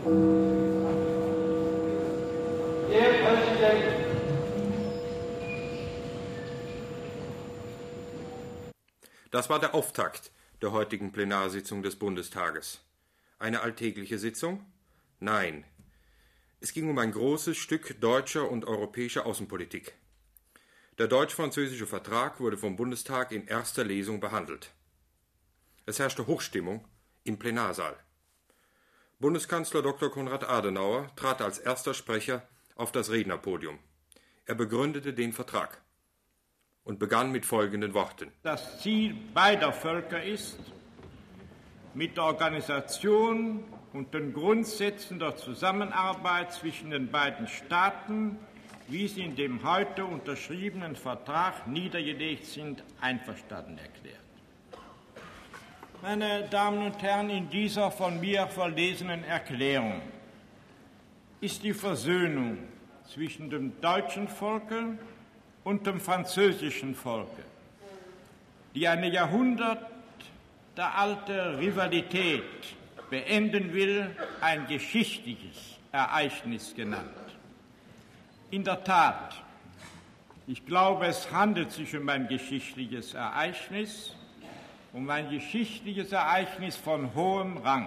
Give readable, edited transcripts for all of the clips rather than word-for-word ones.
Herr Präsident! Das war der Auftakt der heutigen Plenarsitzung des Bundestages. Eine alltägliche Sitzung? Nein. Es ging um ein großes Stück deutscher und europäischer Außenpolitik. Der deutsch-französische Vertrag wurde vom Bundestag in erster Lesung behandelt. Es herrschte Hochstimmung im Plenarsaal. Bundeskanzler Dr. Konrad Adenauer trat als erster Sprecher auf das Rednerpodium. Er begründete den Vertrag und begann mit folgenden Worten. Das Ziel beider Völker ist, mit der Organisation und den Grundsätzen der Zusammenarbeit zwischen den beiden Staaten, wie sie in dem heute unterschriebenen Vertrag niedergelegt sind, einverstanden erklärt. Meine Damen und Herren, in dieser von mir verlesenen Erklärung ist die Versöhnung zwischen dem deutschen Volke und dem französischen Volke, die eine jahrhundertealte Rivalität beenden will, ein geschichtliches Ereignis genannt. In der Tat, ich glaube, es handelt sich um ein geschichtliches Ereignis von hohem Rang.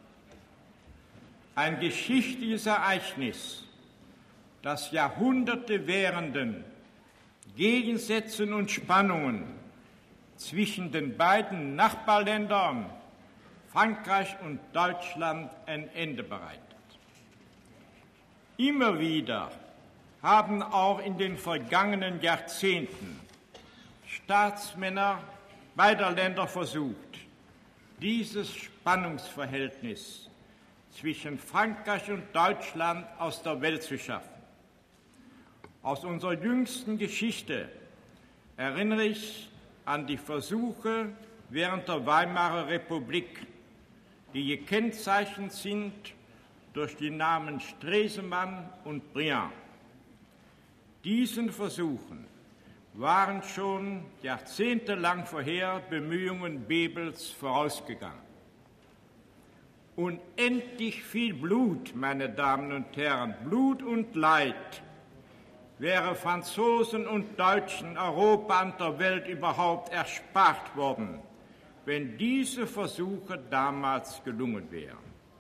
Ein geschichtliches Ereignis, das Jahrhunderte währenden Gegensätzen und Spannungen zwischen den beiden Nachbarländern Frankreich und Deutschland ein Ende bereitet. Immer wieder haben auch in den vergangenen Jahrzehnten Staatsmänner beider Länder versucht, dieses Spannungsverhältnis zwischen Frankreich und Deutschland aus der Welt zu schaffen. Aus unserer jüngsten Geschichte erinnere ich an die Versuche während der Weimarer Republik, die gekennzeichnet sind durch die Namen Stresemann und Briand. Diesen Versuchen waren schon jahrzehntelang vorher Bemühungen Bebels vorausgegangen. Unendlich viel Blut, meine Damen und Herren, Blut und Leid wäre Franzosen und Deutschen, Europa und der Welt überhaupt erspart worden, wenn diese Versuche damals gelungen wären.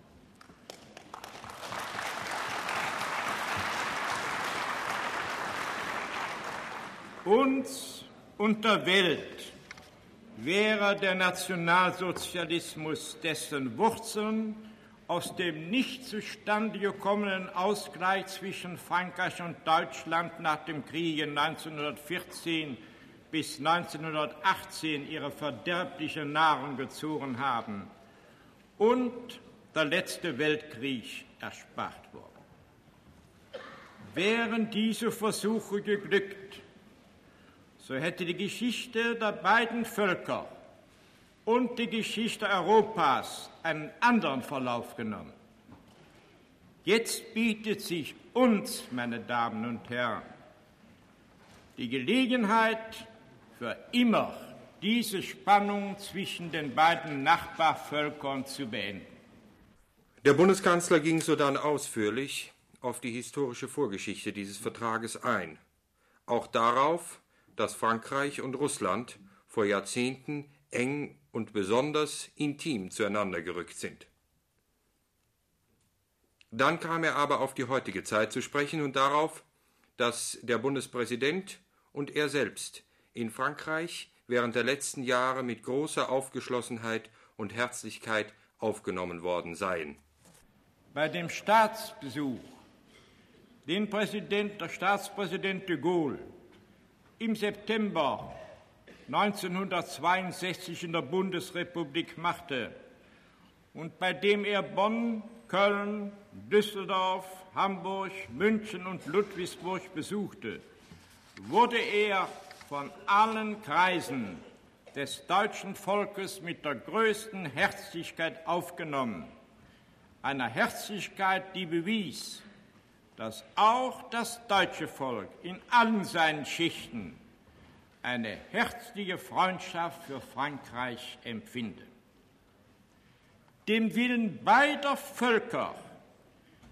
Uns und der Welt wäre der Nationalsozialismus, dessen Wurzeln aus dem nicht zustande gekommenen Ausgleich zwischen Frankreich und Deutschland nach dem Kriege 1914 bis 1918 ihre verderbliche Nahrung gezogen haben, und der letzte Weltkrieg erspart worden. Wären diese Versuche geglückt, so hätte die Geschichte der beiden Völker und die Geschichte Europas einen anderen Verlauf genommen. Jetzt bietet sich uns, meine Damen und Herren, die Gelegenheit, für immer diese Spannung zwischen den beiden Nachbarvölkern zu beenden. Der Bundeskanzler ging sodann ausführlich auf die historische Vorgeschichte dieses Vertrages ein, auch darauf, dass Frankreich und Russland vor Jahrzehnten eng und besonders intim zueinander gerückt sind. Dann kam er aber auf die heutige Zeit zu sprechen und darauf, dass der Bundespräsident und er selbst in Frankreich während der letzten Jahre mit großer Aufgeschlossenheit und Herzlichkeit aufgenommen worden seien. Bei dem Staatsbesuch, den der Staatspräsident de Gaulle im September 1962 in der Bundesrepublik machte und bei dem er Bonn, Köln, Düsseldorf, Hamburg, München und Ludwigsburg besuchte, wurde er von allen Kreisen des deutschen Volkes mit der größten Herzlichkeit aufgenommen. Einer Herzlichkeit, die bewies, dass auch das deutsche Volk in allen seinen Schichten eine herzliche Freundschaft für Frankreich empfinde. Dem Willen beider Völker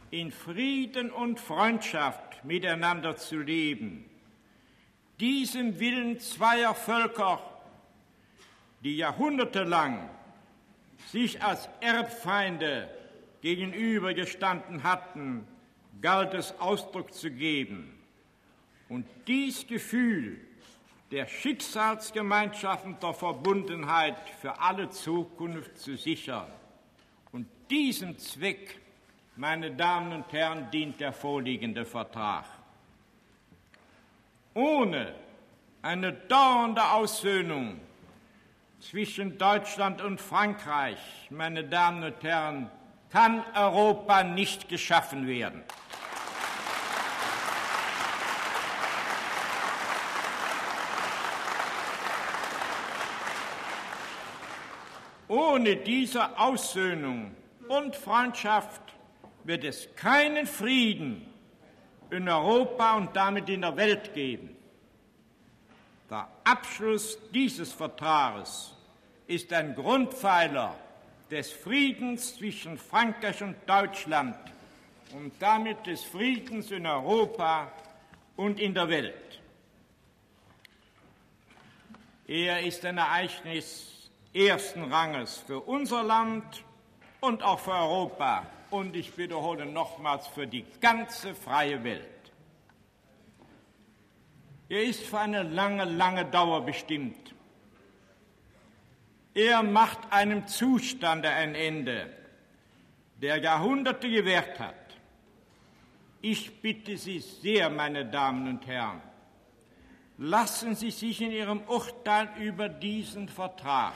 in Frieden und Freundschaft miteinander zu leben. Diesem Willen zweier Völker, die jahrhundertelang sich als Erbfeinde gegenübergestanden hatten, galt es Ausdruck zu geben. Und dies Gefühl der Schicksalsgemeinschaft und der Verbundenheit für alle Zukunft zu sichern. Und diesem Zweck, meine Damen und Herren, dient der vorliegende Vertrag. Ohne eine dauernde Aussöhnung zwischen Deutschland und Frankreich, meine Damen und Herren, kann Europa nicht geschaffen werden. Ohne diese Aussöhnung und Freundschaft wird es keinen Frieden in Europa und damit in der Welt geben. Der Abschluss dieses Vertrages ist ein Grundpfeiler des Friedens zwischen Frankreich und Deutschland und damit des Friedens in Europa und in der Welt. Er ist ein Ereignis ersten Ranges für unser Land und auch für Europa und ich wiederhole nochmals für die ganze freie Welt. Er ist für eine lange, lange Dauer bestimmt. Er macht einem Zustande ein Ende, der Jahrhunderte gewährt hat. Ich bitte Sie sehr, meine Damen und Herren, lassen Sie sich in Ihrem Urteil über diesen Vertrag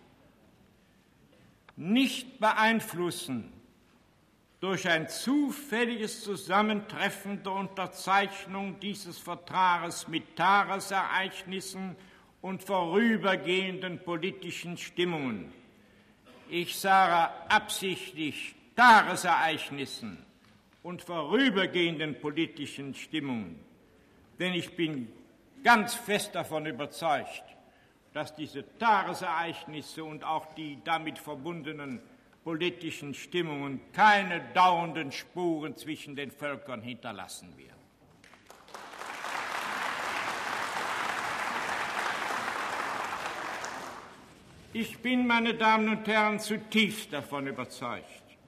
nicht beeinflussen durch ein zufälliges Zusammentreffen der Unterzeichnung dieses Vertrages mit Tagesereignissen und vorübergehenden politischen Stimmungen. Ich sage absichtlich Tagesereignissen und vorübergehenden politischen Stimmungen, denn ich bin ganz fest davon überzeugt, dass diese Tagesereignisse und auch die damit verbundenen politischen Stimmungen keine dauernden Spuren zwischen den Völkern hinterlassen werden. Ich bin, meine Damen und Herren, zutiefst davon überzeugt,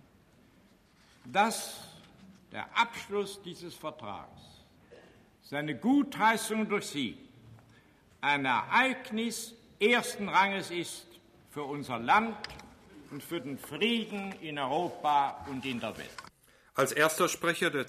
dass der Abschluss dieses Vertrages, seine Gutheißung durch Sie, ein Ereignis ersten Ranges ist für unser Land und für den Frieden in Europa und in der Welt. Als erster Sprecher der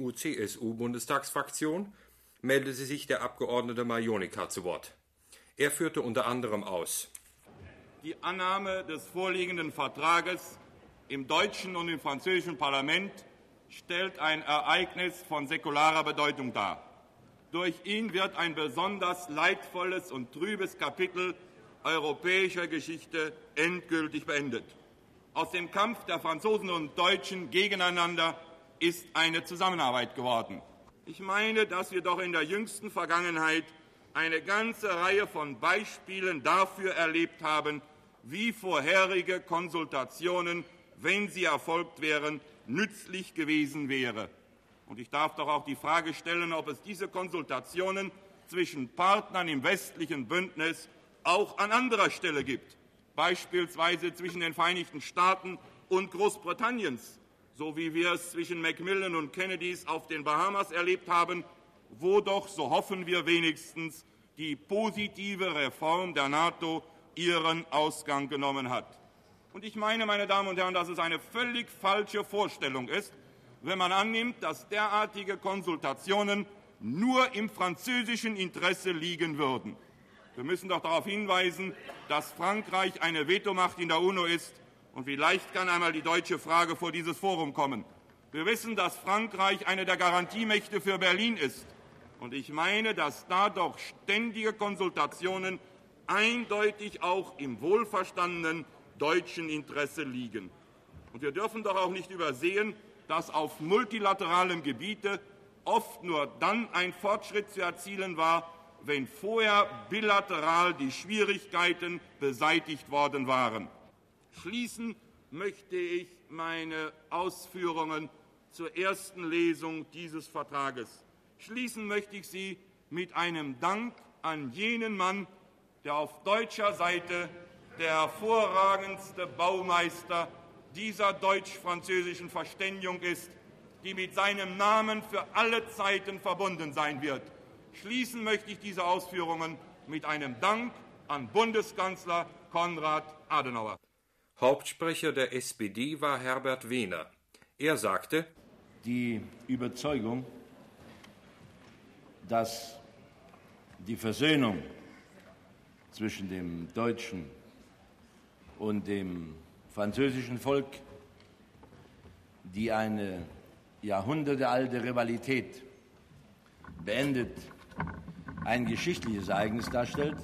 CDU-CSU-Bundestagsfraktion meldete sich der Abgeordnete Majonika zu Wort. Er führte unter anderem aus: Die Annahme des vorliegenden Vertrages im deutschen und im französischen Parlament stellt ein Ereignis von säkularer Bedeutung dar. Durch ihn wird ein besonders leidvolles und trübes Kapitel europäischer Geschichte endgültig beendet. Aus dem Kampf der Franzosen und Deutschen gegeneinander ist eine Zusammenarbeit geworden. Ich meine, dass wir doch in der jüngsten Vergangenheit eine ganze Reihe von Beispielen dafür erlebt haben, wie vorherige Konsultationen, wenn sie erfolgt wären, nützlich gewesen wäre. Und ich darf doch auch die Frage stellen, ob es diese Konsultationen zwischen Partnern im westlichen Bündnis auch an anderer Stelle gibt, beispielsweise zwischen den Vereinigten Staaten und Großbritanniens, so wie wir es zwischen Macmillan und Kennedys auf den Bahamas erlebt haben, wo doch, so hoffen wir wenigstens, die positive Reform der NATO ihren Ausgang genommen hat. Und ich meine, meine Damen und Herren, dass es eine völlig falsche Vorstellung ist, wenn man annimmt, dass derartige Konsultationen nur im französischen Interesse liegen würden. Wir müssen doch darauf hinweisen, dass Frankreich eine Vetomacht in der UNO ist, und vielleicht kann einmal die deutsche Frage vor dieses Forum kommen. Wir wissen, dass Frankreich eine der Garantiemächte für Berlin ist, und ich meine, dass da doch ständige Konsultationen eindeutig auch im wohlverstandenen deutschen Interesse liegen. Und wir dürfen doch auch nicht übersehen, dass auf multilateralem Gebiete oft nur dann ein Fortschritt zu erzielen war, wenn vorher bilateral die Schwierigkeiten beseitigt worden waren. Schließen möchte ich meine Ausführungen zur ersten Lesung dieses Vertrages. Schließen möchte ich sie mit einem Dank an jenen Mann, der auf deutscher Seite der hervorragendste Baumeister dieser deutsch-französischen Verständigung ist, die mit seinem Namen für alle Zeiten verbunden sein wird. Schließen möchte ich diese Ausführungen mit einem Dank an Bundeskanzler Konrad Adenauer. Hauptsprecher der SPD war Herbert Wehner. Er sagte: Die Überzeugung, dass die Versöhnung zwischen dem deutschen und dem französischen Volk, die eine jahrhundertealte Rivalität beendet, ein geschichtliches Ereignis darstellt.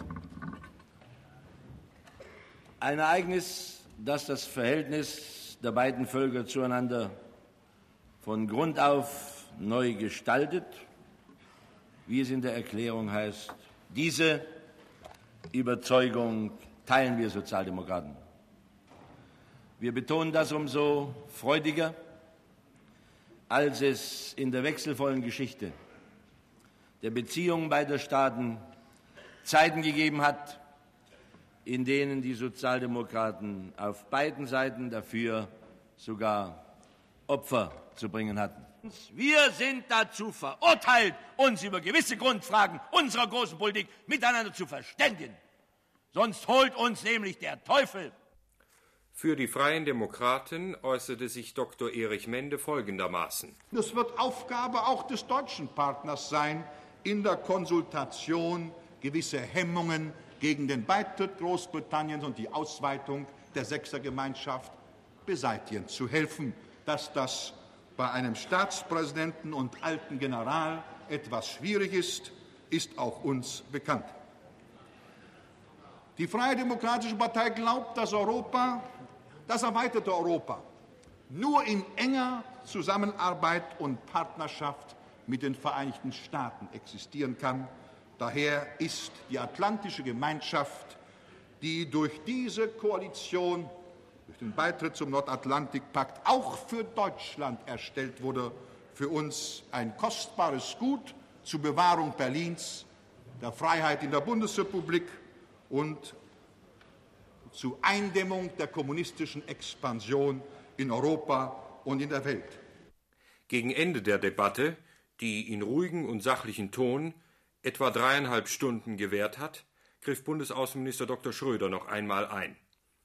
Ein Ereignis, das das Verhältnis der beiden Völker zueinander von Grund auf neu gestaltet, wie es in der Erklärung heißt. Diese Überzeugung teilen wir Sozialdemokraten. Wir betonen das umso freudiger, als es in der wechselvollen Geschichte der Beziehungen beider Staaten Zeiten gegeben hat, in denen die Sozialdemokraten auf beiden Seiten dafür sogar Opfer zu bringen hatten. Wir sind dazu verurteilt, uns über gewisse Grundfragen unserer großen Politik miteinander zu verständigen. Sonst holt uns nämlich der Teufel. Für die Freien Demokraten äußerte sich Dr. Erich Mende folgendermaßen: Es wird Aufgabe auch des deutschen Partners sein, in der Konsultation gewisse Hemmungen gegen den Beitritt Großbritanniens und die Ausweitung der Sechsergemeinschaft beseitigen zu helfen. Dass das bei einem Staatspräsidenten und alten General etwas schwierig ist, ist auch uns bekannt. Die Freie Demokratische Partei glaubt, dass Europa, das erweiterte Europa, nur in enger Zusammenarbeit und Partnerschaft mit den Vereinigten Staaten existieren kann. Daher ist die atlantische Gemeinschaft, die durch diese Koalition, durch den Beitritt zum Nordatlantikpakt auch für Deutschland erstellt wurde, für uns ein kostbares Gut zur Bewahrung Berlins, der Freiheit in der Bundesrepublik und zur Eindämmung der kommunistischen Expansion in Europa und in der Welt. Gegen Ende der Debatte, die in ruhigem und sachlichen Ton etwa 3,5 Stunden gewährt hat, griff Bundesaußenminister Dr. Schröder noch einmal ein.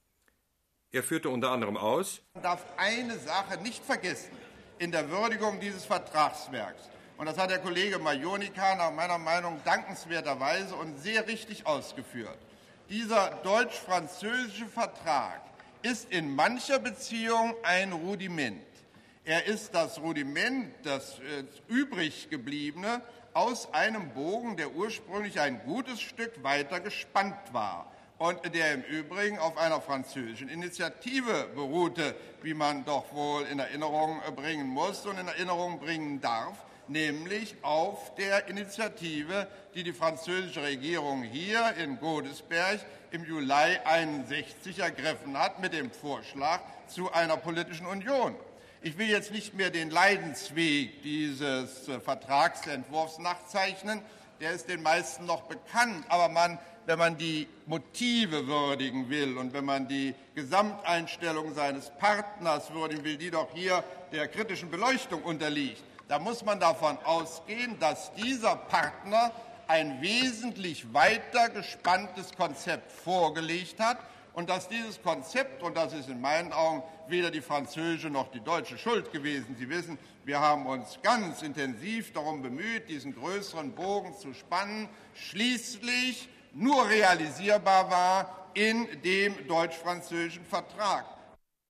Er führte unter anderem aus: Man darf eine Sache nicht vergessen in der Würdigung dieses Vertragswerks. Und das hat der Kollege Majonika nach meiner Meinung dankenswerterweise und sehr richtig ausgeführt. Dieser deutsch-französische Vertrag ist in mancher Beziehung ein Rudiment. Er ist das Rudiment, das übrig gebliebene, aus einem Bogen, der ursprünglich ein gutes Stück weiter gespannt war und der im Übrigen auf einer französischen Initiative beruhte, wie man doch wohl in Erinnerung bringen muss und in Erinnerung bringen darf, nämlich auf der Initiative, die die französische Regierung hier in Godesberg im Juli 1961 ergriffen hat, mit dem Vorschlag zu einer politischen Union. Ich will jetzt nicht mehr den Leidensweg dieses Vertragsentwurfs nachzeichnen, der ist den meisten noch bekannt, aber wenn man die Motive würdigen will und wenn man die Gesamteinstellung seines Partners würdigen will, die doch hier der kritischen Beleuchtung unterliegt, da muss man davon ausgehen, dass dieser Partner ein wesentlich weiter gespanntes Konzept vorgelegt hat und dass dieses Konzept, und das ist in meinen Augen weder die französische noch die deutsche Schuld gewesen. Sie wissen, wir haben uns ganz intensiv darum bemüht, diesen größeren Bogen zu spannen, schließlich nur realisierbar war in dem deutsch-französischen Vertrag.